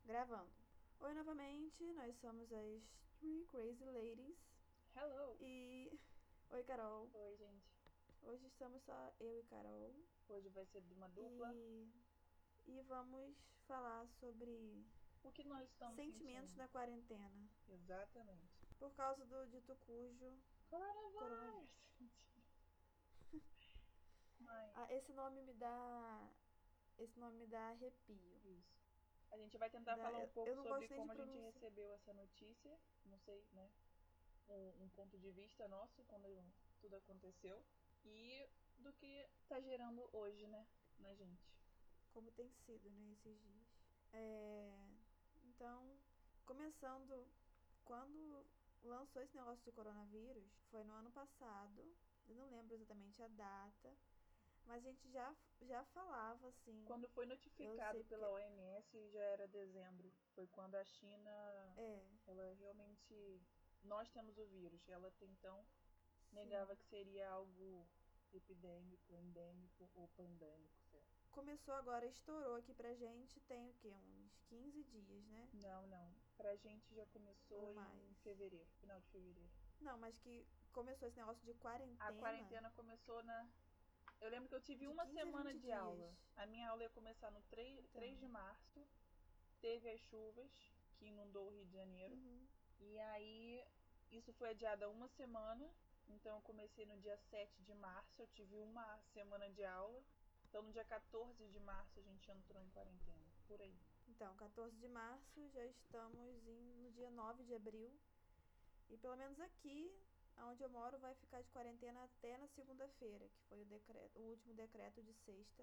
Gravando. Oi, novamente, nós somos as Three Crazy Ladies. Hello! E. Oi, Carol. Oi, gente. Hoje estamos só eu e Carol. Hoje vai ser de uma dupla. E vamos falar sobre O que nós estamos sentimentos sentindo? na quarentena. Exatamente. Por causa do dito cujo coronavírus. Coronavirus! Mas, Esse nome me dá. Esse nome me dá arrepio. isso. A gente vai tentar falar um pouco Eu não sobre gosto nem de como a gente pronunciar. recebeu essa notícia. Não sei, né? Um ponto de vista nosso quando tudo aconteceu. E do que tá gerando hoje, né? Na gente. Como tem sido, né, esses dias. Então, começando, quando lançou esse negócio de coronavírus, foi no ano passado, eu não lembro exatamente a data, mas a gente já falava assim, Quando foi eu notificado sei pela porque, OMS já era dezembro. Foi quando a China, é, ela realmente, nós temos o vírus. Ela até então sim, negava que seria algo epidêmico, endêmico ou pandêmico, certo? começou agora, estourou aqui pra gente, tem o quê? Uns 15 dias, né? Não, não. Pra gente já Ou começou em mais. fevereiro, final de fevereiro. Não, mas que começou esse negócio de A quarentena quarentena começou na. Eu lembro que eu tive de uma 15 a semana 20 de aula. dias. A minha aula ia começar no 3 Então, de março. Teve as chuvas que inundou o Rio de Janeiro. uhum. E aí, isso foi adiado uma semana. Então, eu comecei no dia 7 de março. Eu tive uma semana de aula. Então, no dia 14 de março, a gente entrou em quarentena. Por aí. Então, 14 de março, já estamos no dia 9 de abril. E pelo menos aqui, onde eu moro, vai ficar de quarentena até na segunda-feira, que foi o último decreto de sexta,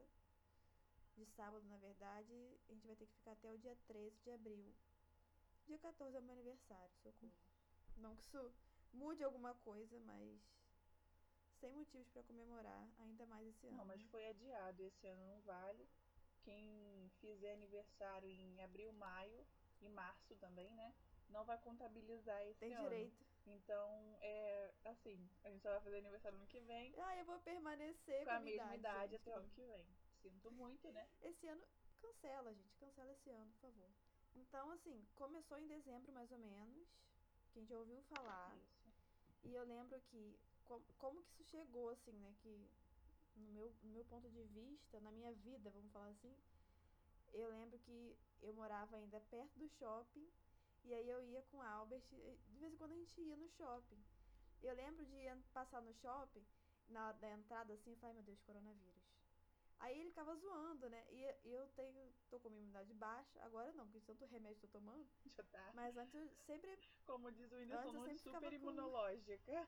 de sábado, na verdade. A gente vai ter que ficar até o dia 13 de abril. Dia 14 é o meu aniversário, socorro. Não que isso mude alguma coisa, mas sem motivos para comemorar, ainda mais esse Não, ano, mas né? foi adiado. Esse ano não vale. Quem fizer aniversário em abril, maio e março também, né? Não vai contabilizar esse Tem ano. direito. Então, é assim, a gente só vai fazer aniversário no que vem, Eu vou permanecer com com a a minha mesma idade, idade gente. até o ano que vem. Sinto muito, né? Esse ano, cancela, gente. Cancela esse ano, por favor. Então, assim, começou em dezembro, mais ou menos, que a gente ouviu falar. Isso. E eu lembro que, como que isso chegou, assim, né? Que, no meu ponto de vista, na minha vida, vamos falar assim, eu lembro que eu morava ainda perto do shopping. E aí eu ia com o Albert, de vez em quando a gente ia no shopping. Eu lembro de passar no shopping, da entrada assim, e falei, meu Deus, coronavírus. Aí ele ficava zoando, né? E eu tô com a imunidade baixa, agora não, porque de tanto remédio que eu tô tomando. Já tá, Mas como diz o Whindersson antes eu Nunes, sempre super ficava com imunológica.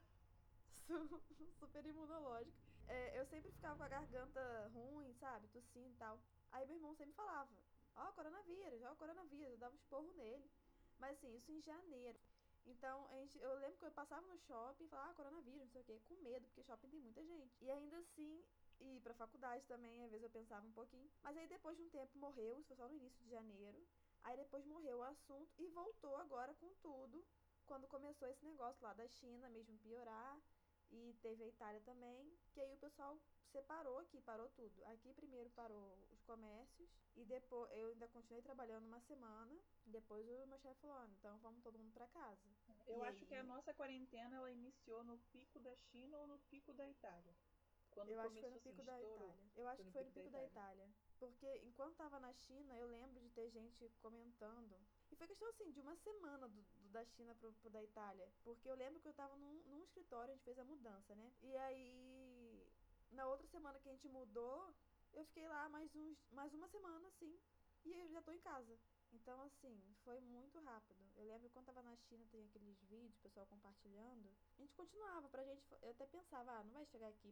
super imunológica. Eu sempre ficava com a garganta ruim, sabe? Tossindo e tal. Aí meu irmão sempre falava, ó o coronavírus, eu dava um esporro nele. Mas assim, isso em janeiro. Então, eu lembro que eu passava no shopping e falava, coronavírus, não sei o quê, com medo, porque shopping tem muita gente. E ainda assim, e ir pra faculdade também, às vezes eu pensava um pouquinho. Mas aí depois de um tempo morreu, isso foi só no início de janeiro. Aí depois morreu o assunto e voltou agora com tudo, quando começou esse negócio lá da China mesmo piorar. E teve a Itália também, que aí o pessoal separou aqui, parou tudo. Aqui primeiro parou os comércios e depois eu ainda continuei trabalhando uma semana. Depois o meu chefe falou, então vamos todo mundo pra casa. Eu E acho que a aí, nossa quarentena ela iniciou no pico da China ou no pico da Itália. Quando eu acho que foi começou no assim, pico da estourou. Itália. Eu acho Foi que no foi no pico da pico da Itália. Itália. Porque enquanto tava na China, eu lembro de ter gente comentando. E foi questão assim, de uma semana da China pro da Itália. Porque eu lembro que eu tava num escritório, a gente fez a mudança, né? E aí, na outra semana que a gente mudou, eu fiquei lá mais uma semana, assim. E eu já tô em casa. Então, assim, foi muito rápido. Eu lembro que quando tava na China, tem aqueles vídeos, o pessoal compartilhando. A gente continuava, pra gente. Eu até pensava, não vai chegar aqui,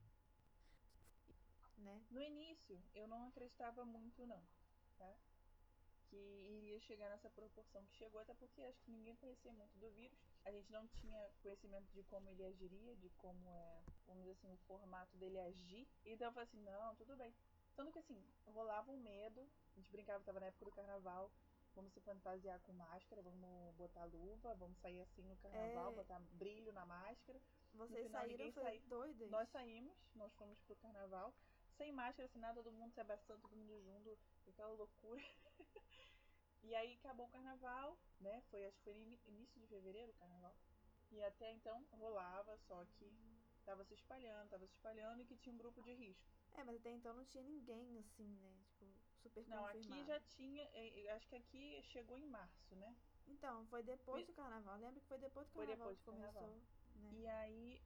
né? No início, eu não acreditava muito não, tá? Que iria chegar nessa proporção que chegou, até porque acho que ninguém conhecia muito do vírus. A gente não tinha conhecimento de como ele agiria, de como é, vamos dizer assim, o formato dele agir. Então eu falei assim, não, tudo bem. Tanto que assim, rolava um medo, a gente brincava, tava na época do carnaval, vamos se fantasiar com máscara, vamos botar luva, vamos sair assim no carnaval, É, botar brilho na máscara. No vocês final saíram ninguém foi saiu. doidas. Nós saímos, nós fomos pro carnaval, sem máscara, sem nada, todo mundo se abraçando, todo mundo junto, aquela loucura. E E aí acabou o carnaval, né? Acho que foi início de fevereiro o carnaval. E até então rolava, só que tava se espalhando e que tinha um grupo de risco. Mas até então não tinha ninguém assim, né? Tipo, super Não, confirmado. aqui já tinha, acho que aqui chegou em março, né? Então, foi depois do carnaval. Lembro que foi depois do carnaval que começou, né? E aí,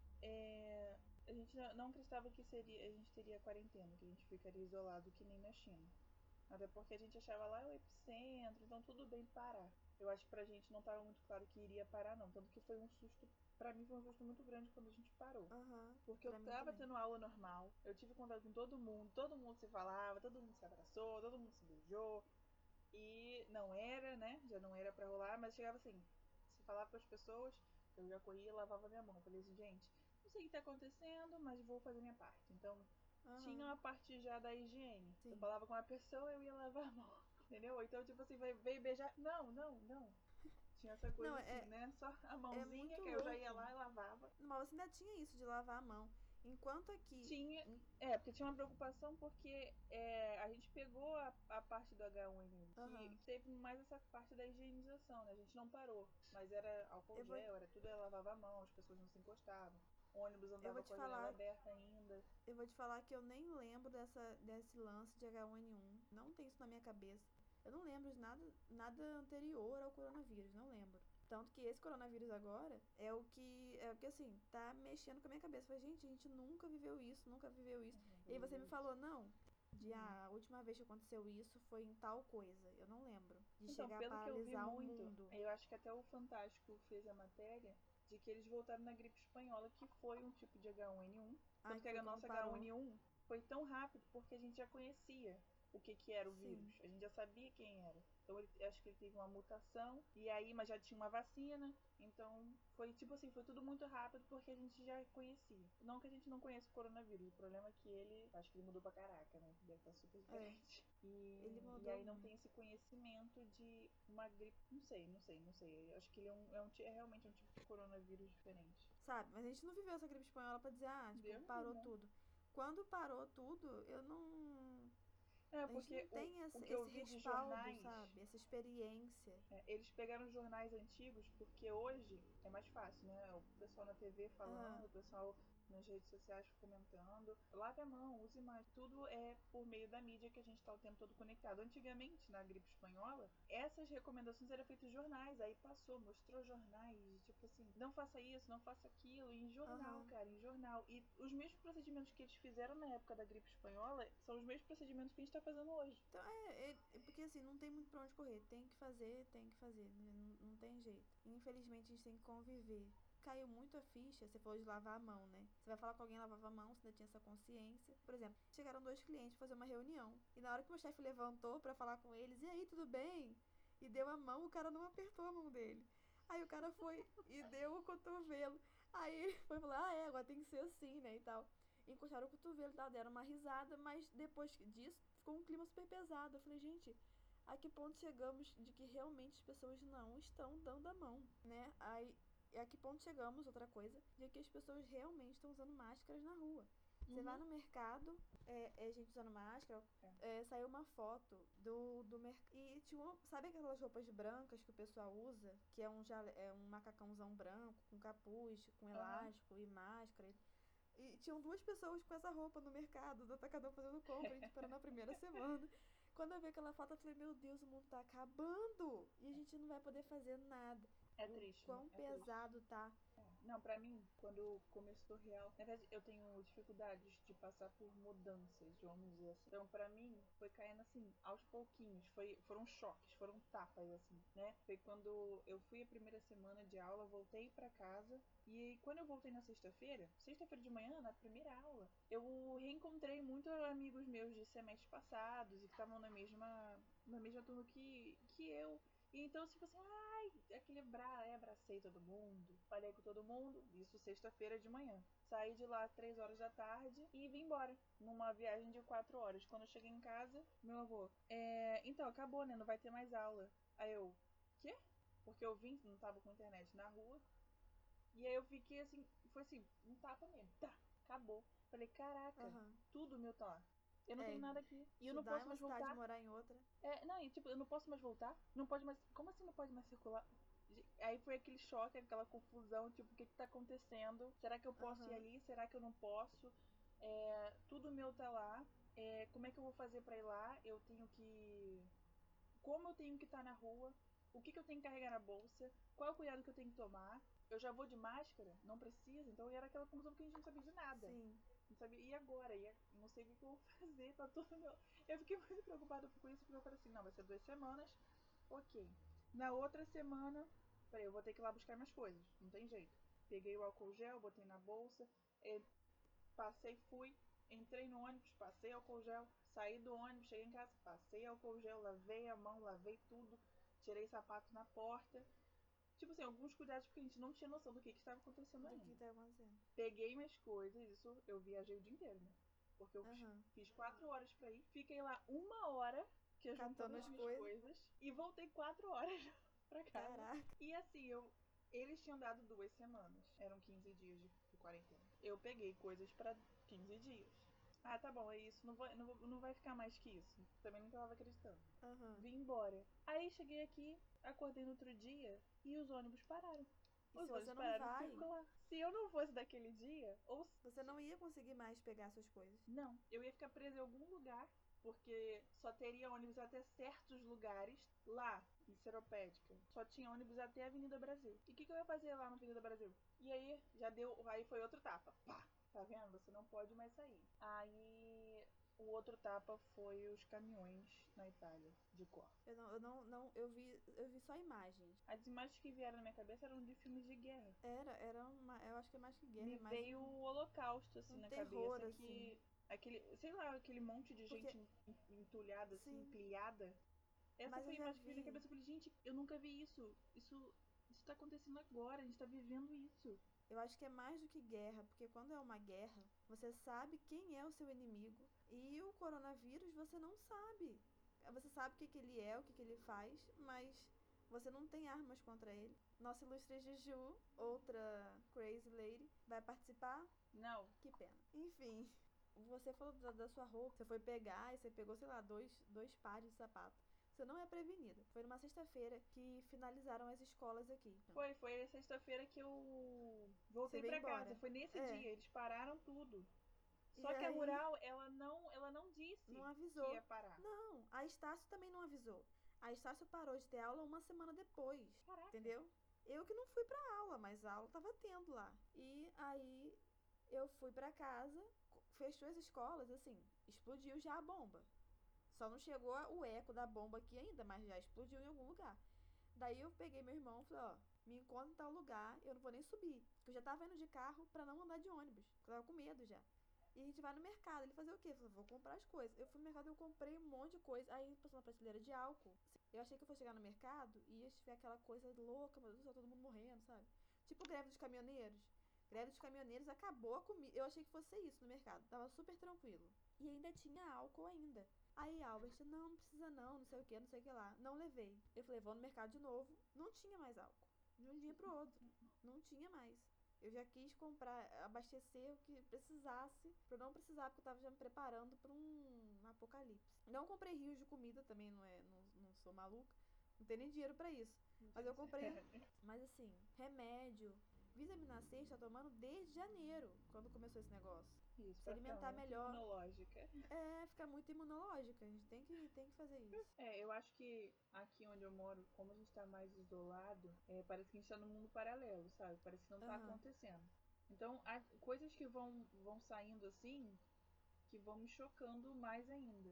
a gente não acreditava que a gente teria quarentena, que a gente ficaria isolado que nem na China. Até porque a gente achava lá o epicentro, então tudo bem parar. Eu acho que pra gente não estava muito claro que iria parar, não. Tanto que foi um susto, pra mim foi um susto muito grande quando a gente parou. Porque eu tava tendo aula normal, eu tive contato com todo mundo se falava, todo mundo se abraçou, todo mundo se beijou. E não era, né? Já não era pra rolar, mas chegava assim, se falava com as pessoas, eu já corria e lavava minha mão. Eu falei assim, gente, não sei o que tá acontecendo, mas vou fazer minha parte. Então, tinha uma parte já da higiene. Sim. Eu falava com uma pessoa, eu ia lavar a mão. Entendeu? Então, tipo assim, veio beijar. Não. Tinha essa coisa assim, né? Só a mãozinha, que eu já ia lá e lavava. Mas você ainda tinha isso de lavar a mão. Enquanto aqui... Tinha, porque tinha uma preocupação porque a gente pegou a parte do H1N1, que teve mais essa parte da higienização, né? A gente não parou, mas era álcool gel, era tudo, lavava a mão, as pessoas não se encostavam. O ônibus andava com a janela aberta ainda. Eu vou te falar que eu nem lembro desse lance de H1N1. Não tem isso na minha cabeça. Eu não lembro de nada anterior ao coronavírus, não lembro. Tanto que esse coronavírus agora é o que assim, tá mexendo com a minha cabeça. Eu falei, gente, a gente nunca viveu isso. E aí você me falou, não, a última vez que aconteceu isso foi em tal coisa. Eu não lembro. De chegar a paralisar o mundo. Eu acho que até o Fantástico fez a matéria de que eles voltaram na gripe espanhola, que foi um tipo de H1N1. Tanto que a nossa H1N1 foi tão rápido porque a gente já conhecia o que era o vírus. A gente já sabia quem era. Então acho que ele teve uma mutação e aí, mas já tinha uma vacina. Então foi tipo assim, foi tudo muito rápido porque a gente já conhecia. Não que a gente não conheça o coronavírus, o problema é que acho que ele mudou pra caraca, né? Deve estar super diferente. E aí não tem esse conhecimento de uma gripe, não sei. Eu acho que ele é realmente um tipo de coronavírus diferente. Sabe, mas a gente não viveu essa gripe espanhola pra dizer, parou tudo. Quando parou tudo, eu não... porque a gente não tem esse respaldo, jornais, sabe? Essa experiência. Eles pegaram jornais antigos porque hoje é mais fácil, né? O pessoal na TV falando, o pessoal nas redes sociais comentando. Lave a mão, use mais. Tudo é por meio da mídia que a gente está o tempo todo conectado. Antigamente, na gripe espanhola, essas recomendações eram feitas em jornais. Aí mostrou jornais, tipo assim, não faça isso, não faça aquilo. E em jornal, cara, em jornal. E os mesmos procedimentos que eles fizeram na época da gripe espanhola são os mesmos procedimentos que a gente tá fazendo hoje. Então, porque assim, não tem muito pra onde correr. Tem que fazer. Não tem jeito. Infelizmente, a gente tem que conviver. Caiu muito a ficha, você falou de lavar a mão, né? Você vai falar com alguém lavava a mão, você ainda tinha essa consciência. Por exemplo, chegaram 2 clientes pra fazer uma reunião. E na hora que o meu chefe levantou pra falar com eles, e aí, tudo bem? E deu a mão, o cara não apertou a mão dele. Aí o cara foi e deu o cotovelo. Aí ele foi falar, agora tem que ser assim, né, e tal. Encostaram o cotovelo e tal, deram uma risada, mas depois disso ficou um clima super pesado. Eu falei, gente, a que ponto chegamos de que realmente as pessoas não estão dando a mão, né? Aí, a que ponto chegamos, outra coisa, de que as pessoas realmente estão usando máscaras na rua. Você vai no mercado, gente usando máscara, saiu uma foto do mercado. E tinha sabe aquelas roupas brancas que o pessoal usa? Que é um macacãozão branco, com capuz, com elástico e máscara. E tinham 2 pessoas com essa roupa no mercado, do atacadão fazendo compra, a gente parou na primeira semana. Quando eu vi aquela foto, eu falei, meu Deus, o mundo tá acabando e a gente não vai poder fazer nada. É triste. Quão pesado tá. Não, pra mim, quando começou real, na verdade, eu tenho dificuldades de passar por mudanças, vamos dizer assim. Então, pra mim, foi caindo assim, aos pouquinhos. Foram choques, foram tapas, assim, né? Foi quando eu fui a primeira semana de aula, voltei pra casa. E quando eu voltei na sexta-feira de manhã, na primeira aula, eu reencontrei muitos amigos meus de semestres passados e que estavam na mesma turma que eu. E então, tipo assim, abracei todo mundo, falei com todo mundo, isso sexta-feira de manhã. Saí de lá às 3 horas da tarde e vim embora, numa viagem de 4 horas. Quando eu cheguei em casa, meu avô, então, acabou, né, não vai ter mais aula. Aí eu, quê? Porque eu vim, não tava com internet na rua. E aí eu fiquei assim, foi assim, um tapa mesmo, tá, acabou. Falei, caraca, tudo meu tá lá. Eu não tenho nada aqui. E eu não Estudar posso em uma mais cidade, voltar. morar em outra. Não, e tipo, eu não posso mais voltar. Não pode mais. Como assim não pode mais circular? Aí foi aquele choque, aquela confusão, tipo, o que tá acontecendo? Será que eu posso ir ali? Será que eu não posso? Tudo meu tá lá. Como é que eu vou fazer pra ir lá? Eu tenho que. Como eu tenho que estar na rua? O que eu tenho que carregar na bolsa? Qual é o cuidado que eu tenho que tomar? Eu já vou de máscara? Não preciso? Então era aquela confusão que a gente não sabia de nada. Sim. Não sabia. E agora? Não sei o que eu vou fazer. Tá tudo meu. Eu fiquei muito preocupada com isso, porque eu falei assim, não, vai ser 2 semanas. Ok. Na outra semana, peraí, eu vou ter que ir lá buscar minhas coisas. Não tem jeito. Peguei o álcool gel, botei na bolsa, passei, fui, entrei no ônibus, passei álcool gel, saí do ônibus, cheguei em casa, passei álcool gel, lavei a mão, lavei tudo, tirei sapato na porta. Tipo assim, alguns cuidados porque a gente não tinha noção do que estava acontecendo Do que ainda. tá acontecendo. Peguei minhas coisas, isso eu viajei o dia inteiro, né? Porque eu fiz 4 horas pra ir, fiquei lá 1 hora, que eu juntando as minhas coisas, e voltei 4 horas pra casa. Caraca. E assim, eles tinham dado 2 semanas, eram 15 dias de quarentena. Eu peguei coisas pra 15 dias. Ah, tá bom, é isso, não vai ficar mais que isso. Também não tava acreditando. Vim embora. Aí cheguei aqui, acordei no outro dia e os ônibus pararam. E Os se ônibus você não pararam de vai, circular. Se eu não fosse daquele dia, ou você não ia conseguir mais pegar suas coisas. não, eu ia ficar presa em algum lugar, porque só teria ônibus até certos lugares lá, em Seropédica. Só tinha ônibus até a Avenida Brasil. E o que eu ia fazer lá na Avenida Brasil? E aí, aí foi outro tapa. Pá! Tá vendo? Você não pode mais sair. Aí, o outro tapa foi os caminhões na Itália, de cor. Eu vi só imagens. As imagens que vieram na minha cabeça eram de filmes de guerra. Era uma, eu acho que é mais que guerra, Me mais veio o Holocausto, assim, na terror, cabeça, assim. sei lá, aquele monte de Porque, gente entulhada, assim, sim, empilhada. Essa mas foi eu a já imagem que veio na vi. cabeça. Eu falei, gente, eu nunca vi isso. Isso tá acontecendo agora, a gente tá vivendo isso. Eu acho que é mais do que guerra, porque quando é uma guerra, você sabe quem é o seu inimigo. E o coronavírus você não sabe. Você sabe o que ele é, o que ele faz, mas você não tem armas contra ele. Nossa ilustre Juju, outra Crazy Lady, vai participar? Não. Que pena. Enfim, você falou da sua roupa, você foi pegar e você pegou, sei lá, dois pares de sapato. Você não é prevenida. Foi numa sexta-feira que finalizaram as escolas aqui. Foi sexta-feira que eu voltei Você veio pra casa. embora. Foi nesse dia, eles pararam tudo. E Só que a aí, Rural, ela não disse não que avisou. ia parar. Não, a Estácio também não avisou. A Estácio parou de ter aula uma semana depois. Caraca. Entendeu? Eu que não fui pra aula, mas a aula tava tendo lá. E aí eu fui pra casa, fechou as escolas, assim, explodiu já a bomba. Só não chegou o eco da bomba aqui ainda, mas já explodiu em algum lugar. Daí eu peguei meu irmão e falei, ó, me encontra em tal lugar, eu não vou nem subir. Porque eu já tava indo de carro pra não andar de ônibus. Porque eu tava com medo já. E a gente vai no mercado. Ele fazer o quê? Eu falei, vou comprar as coisas. Eu fui no mercado e eu comprei um monte de coisa. Aí passou na prateleira de álcool. Eu achei que eu fosse chegar no mercado e ia tiver aquela coisa louca, meu Deus do céu, todo mundo morrendo, sabe? Tipo greve dos caminhoneiros. Greve dos caminhoneiros acabou a comida. Eu achei que fosse isso no mercado. Tava super tranquilo. E ainda tinha álcool ainda. Aí Albert, não precisa não sei o que, não sei o que lá. Não levei. Eu falei, vou no mercado de novo. Não tinha mais álcool. De um dia pro outro. Não tinha mais. Eu já quis comprar, abastecer o que precisasse, pra não precisar, porque eu tava já me preparando pra um apocalipse. Não comprei rios de comida também, não sou maluca. Não tenho nem dinheiro pra isso. Mas eu comprei. Mas assim, remédio. Vitamina C está tomando desde janeiro, quando começou esse negócio. Isso, se alimentar melhor. Imunológica. Fica muito imunológica. A gente tem que fazer isso. Eu acho que aqui onde eu moro, como a gente tá mais isolado, parece que a gente tá num mundo paralelo, sabe? Parece que não tá acontecendo. Então, há coisas que vão saindo assim, que vão me chocando mais ainda.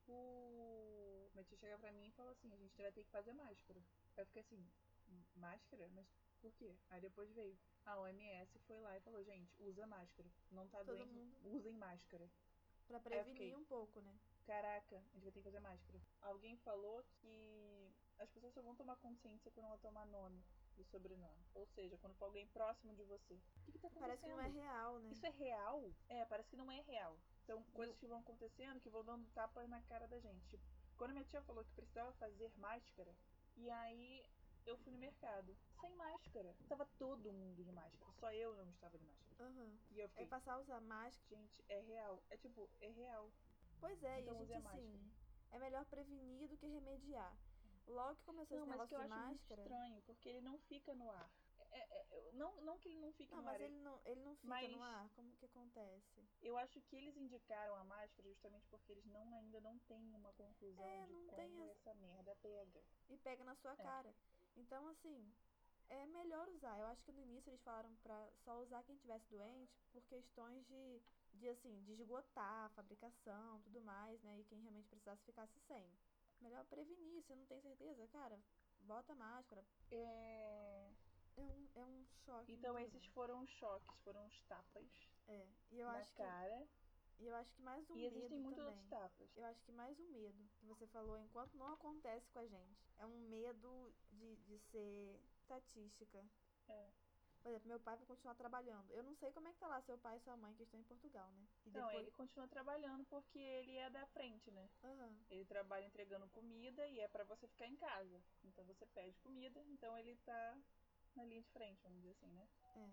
Tipo, minha tia chega pra mim e fala assim, a gente vai ter que fazer máscara. Aí fica assim, máscara? Mas por quê? Aí depois veio. A OMS foi lá e falou, gente, usa máscara. Não tá Todo doente, mundo. usem máscara. Pra prevenir um pouco, né? Caraca, a gente vai ter que fazer máscara. Alguém falou que as pessoas só vão tomar consciência quando ela tomar nome e sobrenome. Ou seja, quando for alguém próximo de você. O que tá acontecendo? Parece que não é real, né? Isso é real? Parece que não é real. Então, coisas que vão acontecendo que vão dando tapa na cara da gente. Tipo, quando minha tia falou que precisava fazer máscara, e aí eu fui no mercado sem máscara. Tava todo mundo de máscara, só eu não estava de máscara. E eu fiquei, passar a usar máscara. gente, é real. É tipo, é real. Pois é, e a Então use gente a máscara. assim, é melhor prevenir do que remediar. Logo que começou Não, esse mas que negócio eu de acho muito máscara. estranho, porque ele não fica no ar. Não que ele não fique Não, no mas ar, ele não fica no mas ar? Como que acontece? eu acho que eles indicaram a máscara justamente porque eles ainda não têm uma conclusão É, de não tem. como essa merda pega. E pega na sua É, cara. Então, assim, é melhor usar. Eu acho que no início eles falaram pra só usar quem tivesse doente por questões de esgotar a fabricação, tudo mais, né? E quem realmente precisasse ficasse sem. Melhor prevenir, se não tem certeza, cara, bota máscara. é, É um choque Então muito esses grande. foram os choques, foram os tapas É, e eu na acho que cara. E eu acho que mais um E existem medo muitos outros também. tapas. Eu acho que mais um medo que você falou, enquanto não acontece com a gente. É um medo de ser estatística. É. Por exemplo, meu pai vai continuar trabalhando. Eu não sei como é que tá lá seu pai e sua mãe que estão em Portugal, né? E Então, depois. ele continua trabalhando porque ele é da frente, né? Aham. Ele trabalha entregando comida e é pra você ficar em casa. Então você pede comida, então ele tá na linha de frente, vamos dizer assim, né?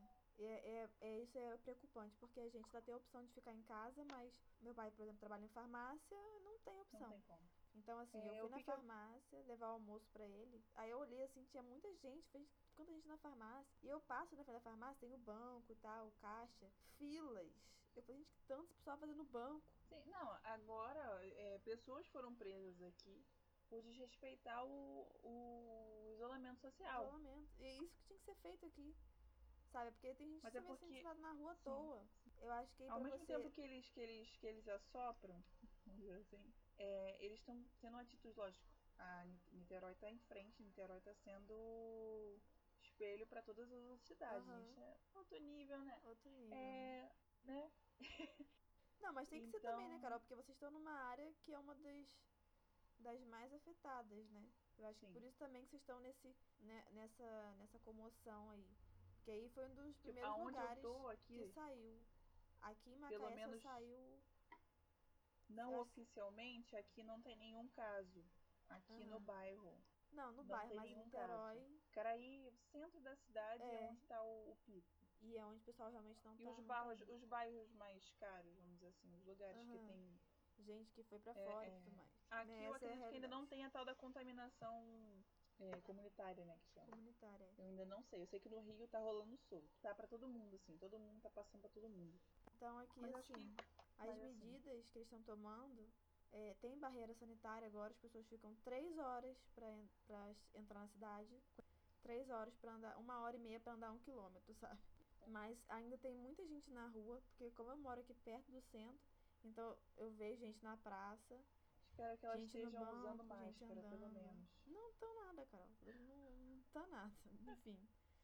Isso é preocupante, porque a gente ainda tem a opção de ficar em casa, mas meu pai, por exemplo, trabalha em farmácia, não tem Não opção. tem como. Então, assim, eu fui O na que que eu. farmácia levar o almoço pra ele. Aí eu olhei assim, tinha muita gente, fez tanta gente na farmácia. E eu passo na frente da farmácia, tem o banco e tal, caixa, filas. Eu falei, gente, que tantas pessoas fazendo banco. Sim, não, agora pessoas foram presas aqui por desrespeitar o isolamento social. Isolamento. E é isso que tinha que ser feito aqui, sabe? Porque tem gente Mas é também sendo porque, ensinada na rua à sim, toa. Eu acho que aí ao pra mesmo tempo você. que eles assopram, vamos dizer assim, eles estão tendo uma atitude, lógico. A Niterói está em frente, Niterói está sendo espelho para todas as outras cidades, Aham, gente. É outro nível, né? outro nível, né? É, né? Não, mas tem que ser também, né, Então, Carol? Porque vocês estão numa área que é uma das mais afetadas, né? Eu acho que sim. por isso também que vocês estão nessa comoção aí. Porque aí foi um dos Tipo, primeiros aonde eu lugares tô que aqui, saiu. Aqui em pelo Macaé só menos saiu. Eu não acho, oficialmente, aqui não tem nenhum caso. Aqui no aham. bairro Não, no não bairro, tem mas em nenhum caso. Niterói Caraí, centro da cidade é é. onde está o pico. E é onde o pessoal realmente não E tá, não tá indo. os bairros mais caros, vamos dizer assim, os lugares que Aham. tem. Gente que foi pra é, fora e tudo é, mais. Né? Aqui eu Essa é a acredito que ainda não realidade. tem a tal da contaminação comunitária, né, que chama. Comunitária. Eu ainda não sei. Eu sei que no Rio tá rolando solto. Tá pra todo mundo, assim. Todo mundo tá passando pra todo mundo. Então aqui Mas eu acho que. assim, as Mas assim. medidas que eles estão tomando, tem barreira sanitária agora, as pessoas ficam 3 horas pra entrar na cidade, 3 horas pra andar, 1 hora e meia pra andar 1 quilômetro, sabe? Mas ainda tem muita gente na rua, porque como eu moro aqui perto do centro, então eu vejo gente na praça, Espero que elas gente no estejam usando banco, gente máscara, pelo andando. menos. Não tão nada, Carol. Não tá nada. Enfim.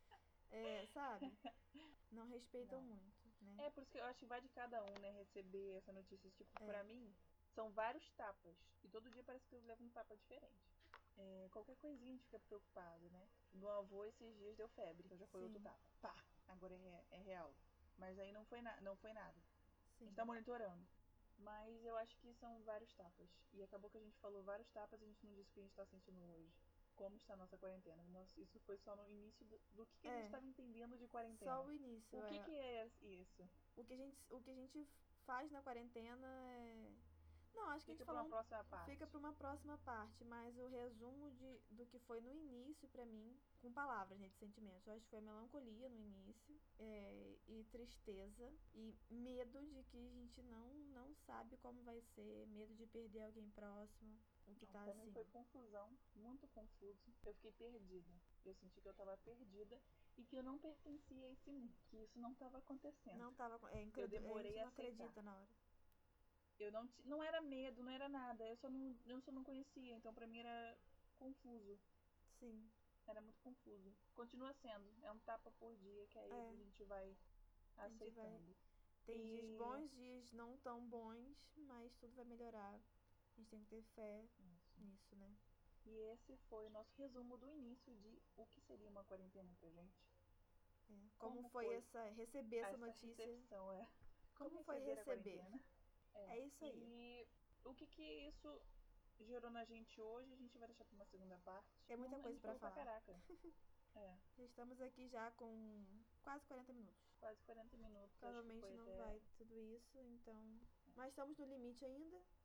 Sabe? Não respeitam Não. muito, né? É por isso que eu acho que vai de cada um, né, receber essa notícia. Tipo, É. pra mim, são vários tapas. E todo dia parece que eu levo um tapa diferente. Qualquer coisinha a gente fica preocupado, né? Meu avô esses dias deu febre, então já foi outro Sim, tapa. Pá! Agora é real. Mas aí não foi nada. A gente sim. tá monitorando. Mas eu acho que são vários tapas. E acabou que a gente falou vários tapas e a gente não disse o que a gente tá sentindo hoje. Como está a nossa quarentena. Isso foi só no início do que a gente É, estava entendendo de só quarentena. o início. O que é isso? O que a gente faz na quarentena é. Não, acho que a gente Fica pra uma falou. próxima Fica parte. para uma próxima parte, mas o resumo do que foi no início pra mim, com palavras, né, de sentimentos. Eu acho que foi melancolia no início, e tristeza, e medo de que a gente não sabe como vai ser, medo de perder alguém próximo, o que Não, tá pra mim assim. foi confusão, muito confuso. Eu fiquei perdida. Eu senti que eu tava perdida e que eu não pertencia a esse mundo, que isso não estava acontecendo. Não tava. Eu A gente demorei a não aceitar. acredita na hora. Eu não era medo, não era nada. Eu só não conhecia, então pra mim era confuso. Sim. Era muito confuso. Continua sendo. É um tapa por dia que aí É, a gente vai a gente vai. aceitando. Tem dias E. bons, dias não tão bons, mas tudo vai melhorar. A gente tem que ter fé Isso. nisso, né? E esse foi o nosso resumo do início de o que seria uma quarentena pra gente. Como Como foi foi receber essa essa notícia? recepção, como Como foi receber a receber? quarentena. É isso aí. E o que isso gerou na gente hoje, a gente vai deixar pra uma segunda parte. Tem muita A coisa gente pra falou pra falar. caraca. É, Já estamos aqui já com quase 40 minutos. quase 40 minutos, acho que Provavelmente foi não até. vai tudo isso, então. Mas estamos no limite ainda.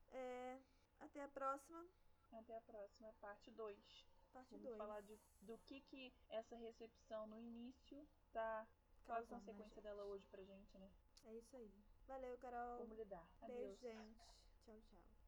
Até a próxima. Até a próxima, parte 2. Parte Vamos 2. falar do que essa recepção no início tá. Qual a Causando na consequência gente. dela hoje pra gente, né? É isso aí. Valeu, Carol. Como lidar. Beijo, Adeus. gente. Tchau, tchau.